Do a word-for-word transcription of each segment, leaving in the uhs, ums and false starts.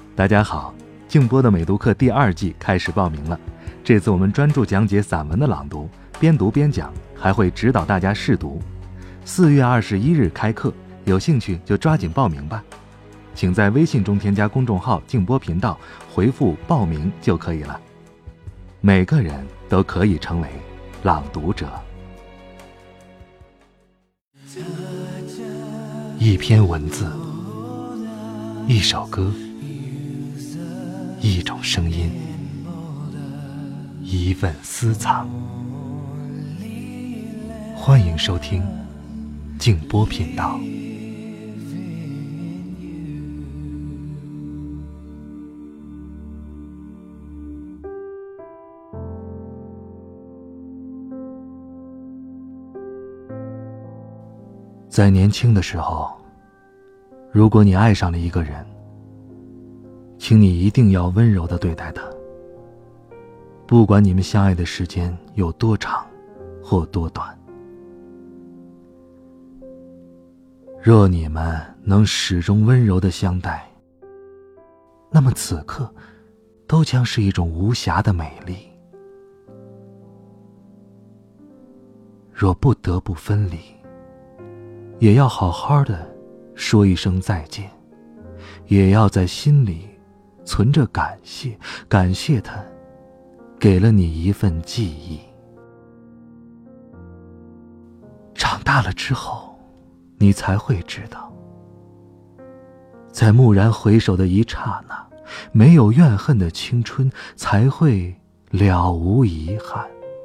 大家好，静波的美读课第二季开始报名了。这次我们专注讲解散文的朗读，边读边讲，还会指导大家试读。四月二十一日开课，有兴趣就抓紧报名吧。请在微信中添加公众号静波频道，回复报名就可以了。每个人都可以成为朗读者。一篇文字，一首歌，一种声音，一份私藏。欢迎收听静波频道。在年轻的时候，如果你爱上了一个人，请你一定要温柔地对待他，不管你们相爱的时间有多长或多短。若你们能始终温柔地相待，那么此刻都将是一种无瑕的美丽。若不得不分离，也要好好的说一声再见，也要在心里存着感谢，感谢他给了你一份记忆。长大了之后，你才会知道，在蓦然回首的一刹那，没有怨恨的青春才会了无遗憾。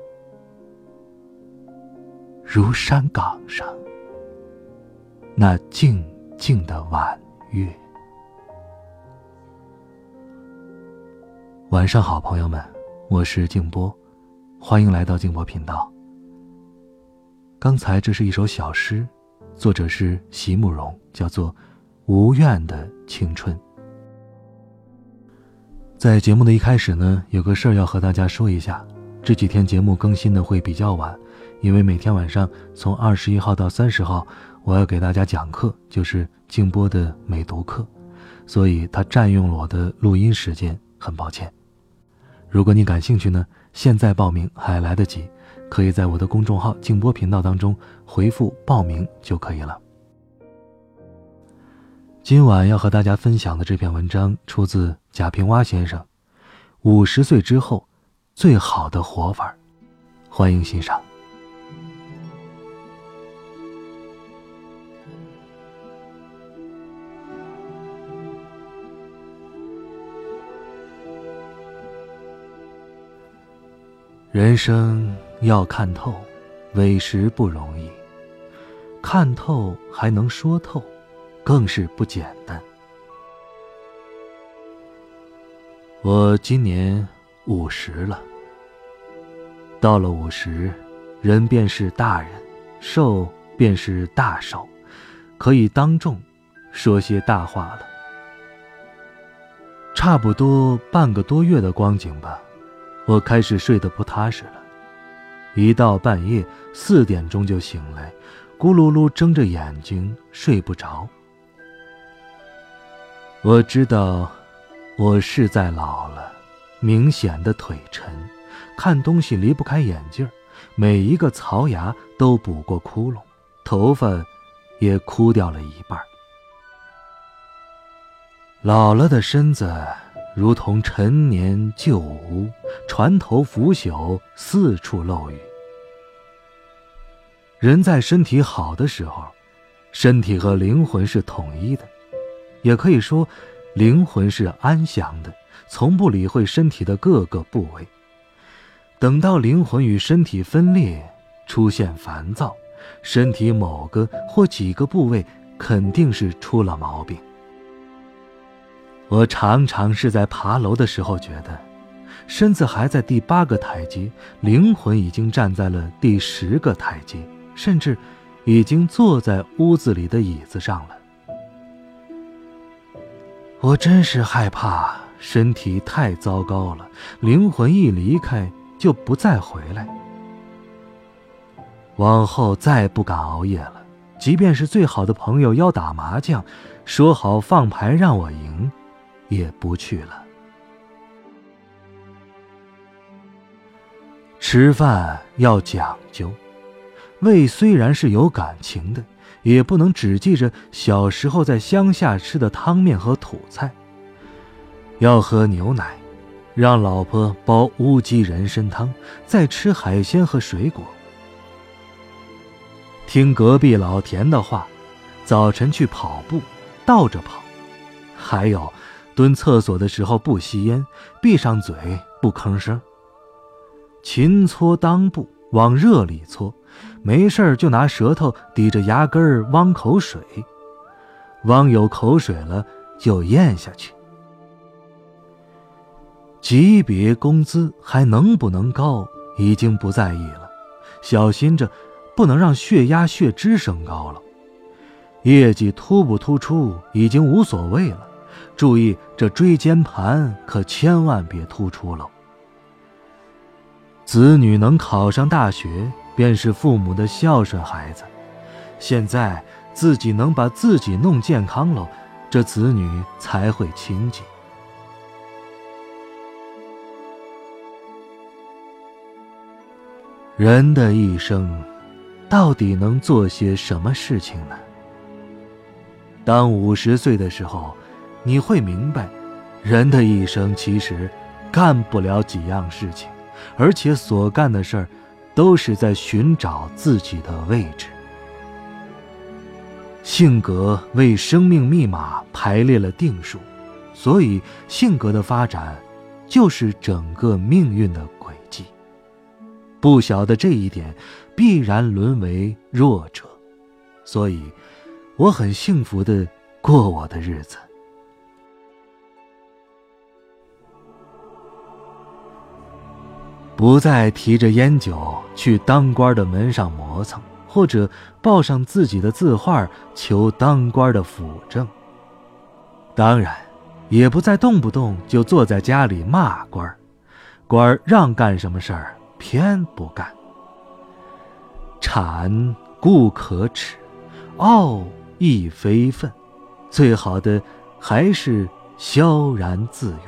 如山岗上那静静的晚月。晚上好，朋友们，我是静波，欢迎来到静波频道。刚才这是一首小诗，作者是席慕容，叫做《无怨的青春》。在节目的一开始呢，有个事儿要和大家说一下，这几天节目更新的会比较晚，因为每天晚上从二十一号到三十号我要给大家讲课，就是静波的美读课，所以它占用了我的录音时间，很抱歉。如果你感兴趣呢，现在报名还来得及，可以在我的公众号静波频道当中回复报名就可以了。今晚要和大家分享的这篇文章出自贾平凹先生，五十岁之后最好的活法，欢迎欣赏。人生要看透，委实不容易，看透还能说透，更是不简单。我今年五十了，到了五十，人便是大人，寿便是大寿，可以当众说些大话了。差不多半个多月的光景吧，我开始睡得不踏实了，一到半夜四点钟就醒来，咕噜噜睁着眼睛睡不着。我知道我是在老了，明显的腿沉，看东西离不开眼镜，每一个槽牙都补过窟窿，头发也枯掉了一半。老了的身子如同陈年旧屋，船头腐朽，四处漏雨。人在身体好的时候，身体和灵魂是统一的，也可以说灵魂是安详的，从不理会身体的各个部位。等到灵魂与身体分裂，出现烦躁，身体某个或几个部位肯定是出了毛病。我常常是在爬楼的时候觉得，身子还在第八个台阶，灵魂已经站在了第十个台阶，甚至已经坐在屋子里的椅子上了。我真是害怕身体太糟糕了，灵魂一离开就不再回来。往后再不敢熬夜了，即便是最好的朋友邀打麻将，说好放牌让我赢， 也不去了。吃饭要讲究，胃虽然是有感情的，也不能只记着小时候在乡下吃的汤面和土菜。要喝牛奶，让老婆煲乌鸡人参汤，再吃海鲜和水果。听隔壁老田的话，早晨去跑步，倒着跑。还有蹲厕所的时候不吸烟，闭上嘴不吭声。勤搓裆部，往热里搓，没事就拿舌头抵着牙根汪口水，汪有口水了就咽下去。级别工资还能不能高已经不在意了，小心着不能让血压血脂升高了。业绩突不突出已经无所谓了，注意这椎间盘可千万别突出了。子女能考上大学，便是父母的孝顺孩子。现在自己能把自己弄健康了，这子女才会亲近。人的一生到底能做些什么事情呢？当五十岁的时候，你会明白，人的一生其实干不了几样事情，而且所干的事儿都是在寻找自己的位置。性格为生命密码排列了定数，所以性格的发展就是整个命运的轨迹。不晓得这一点，必然沦为弱者。所以我很幸福地过我的日子。不再提着烟酒去当官的门上磨蹭，或者抱上自己的字画求当官的辅政。当然也不再动不动就坐在家里骂官，官让干什么事儿偏不干。谄固可耻，傲亦非分，最好的还是萧然自远。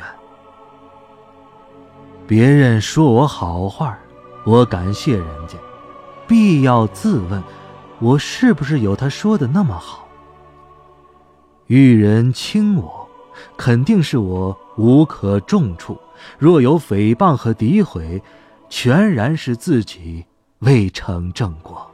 别人说我好话，我感谢人家，必要自问，我是不是有他说的那么好？遇人轻我，肯定是我无可重处，若有诽谤和诋毁，全然是自己未成正果。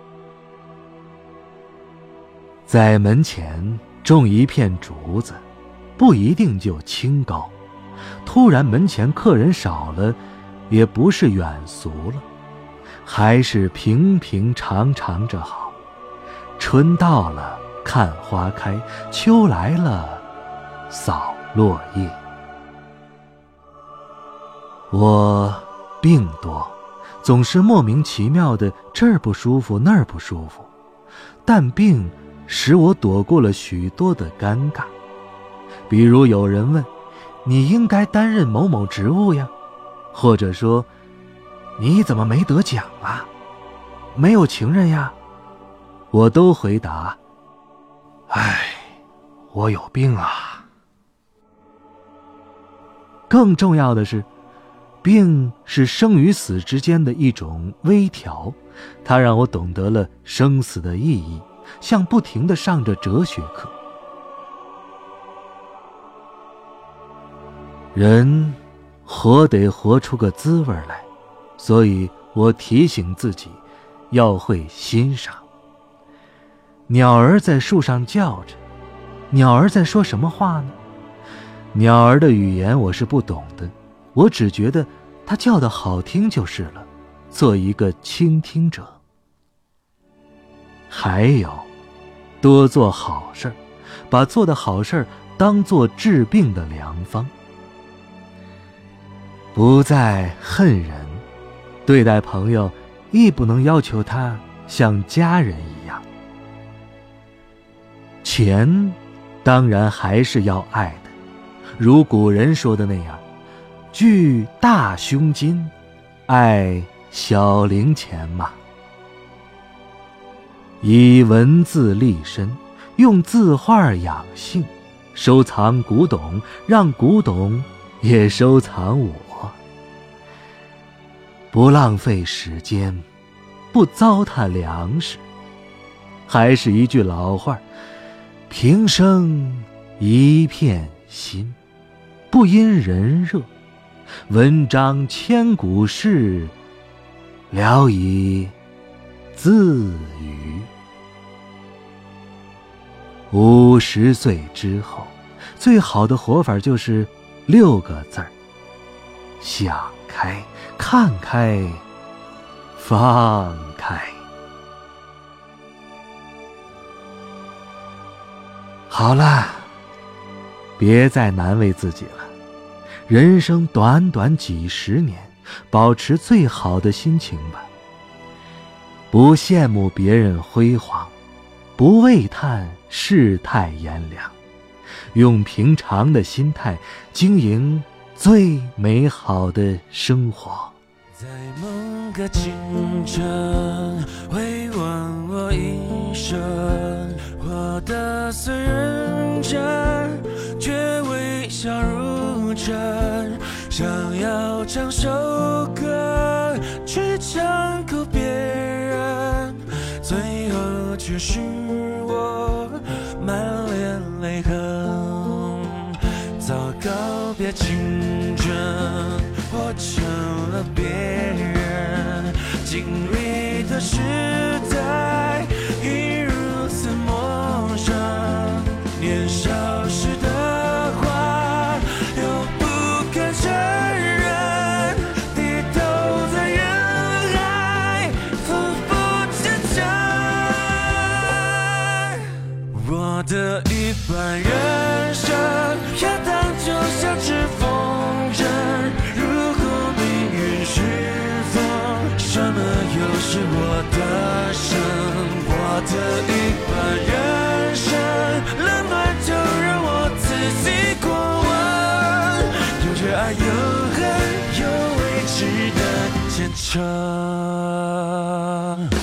在门前种一片竹子，不一定就清高。突然门前客人少了，也不是远俗了，还是平平常常着好。春到了看花开，秋来了扫落叶。我病多，总是莫名其妙的这儿不舒服那儿不舒服，但病使我躲过了许多的尴尬。比如有人问，你应该担任某某职务呀，或者说你怎么没得奖啊，没有情人呀，我都回答，唉，我有病啊。更重要的是，病是生与死之间的一种微调，它让我懂得了生死的意义，像不停地上着哲学课。人活得活出个滋味来，所以我提醒自己要会欣赏。鸟儿在树上叫着，鸟儿在说什么话呢？鸟儿的语言我是不懂的，我只觉得它叫得好听就是了，做一个倾听者。还有，多做好事，把做的好事当作治病的良方。不再恨人，对待朋友亦不能要求他像家人一样。钱当然还是要爱的，如古人说的那样，聚大胸襟，爱小零钱嘛。以文字立身，用字画养性， 收藏古董，让古董也收藏我。不浪费时间，不糟蹋粮食。还是一句老话，平生一片心，不因人热。文章千古事，聊以自娱。五十岁之后，最好的活法就是六个字儿：想开，看开，放开。好了，别再难为自己了。人生短短几十年，保持最好的心情吧。不羡慕别人辉煌，不畏叹世态炎凉，用平常的心态经营最美好的生活。 在某个清晨，回望我一生，活得虽认真，却微笑如真。想要唱首歌去唱哭别人，最后却是我满脸泪痕。早告别青春，活成了别人经历的时代，已如此陌生。年少时的话，又不敢承认，低头在人海，浮浮沉沉。我的一半人生，要当就像只风筝，如果命运是风，什么又是我的生？我的一半人生，冷暖就让我自己过问，有热爱有恨，有未知的坚强。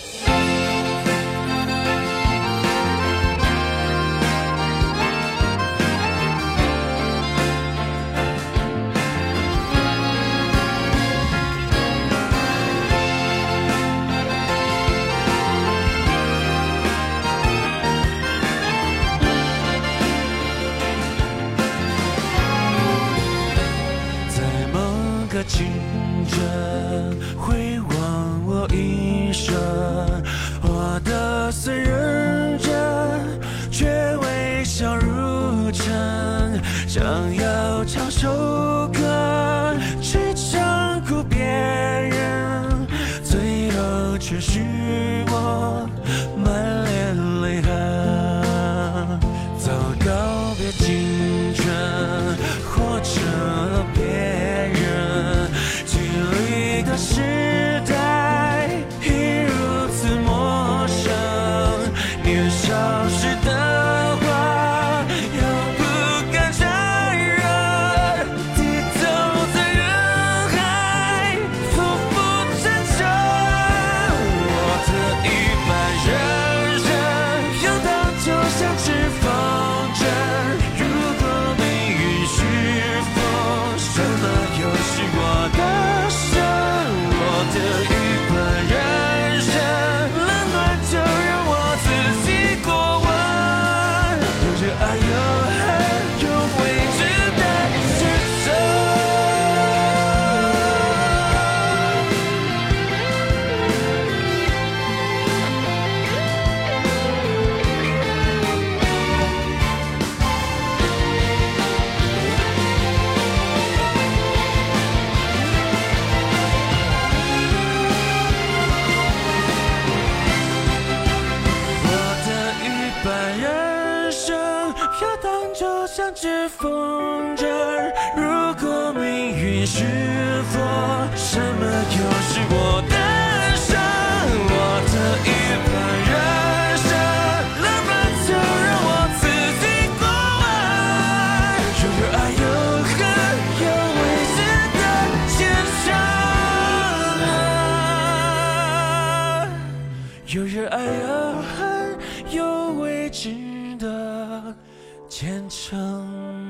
青春回望我一生，活得虽认真，却微笑如真。想要唱首歌去唱哭别人，最后却是我满脸泪痕。早告别青春，活成了别人的时代，已如此陌生。年少时的话，又不敢承认，低头在人海，浮浮沉沉。我的一半人生，要当就像只风筝，如果命运是风，什么又是我的生？我的一半人生，冷暖就让我自己过问，有热爱有恨，有未知的支撑。要当就像只风筝，如果命运是风，什么又是我的生？我的一半人生，冷暖就让我自己过问，有热爱有恨，有未知的坚强，有热爱有恨，有未知的坚强。 虔诚。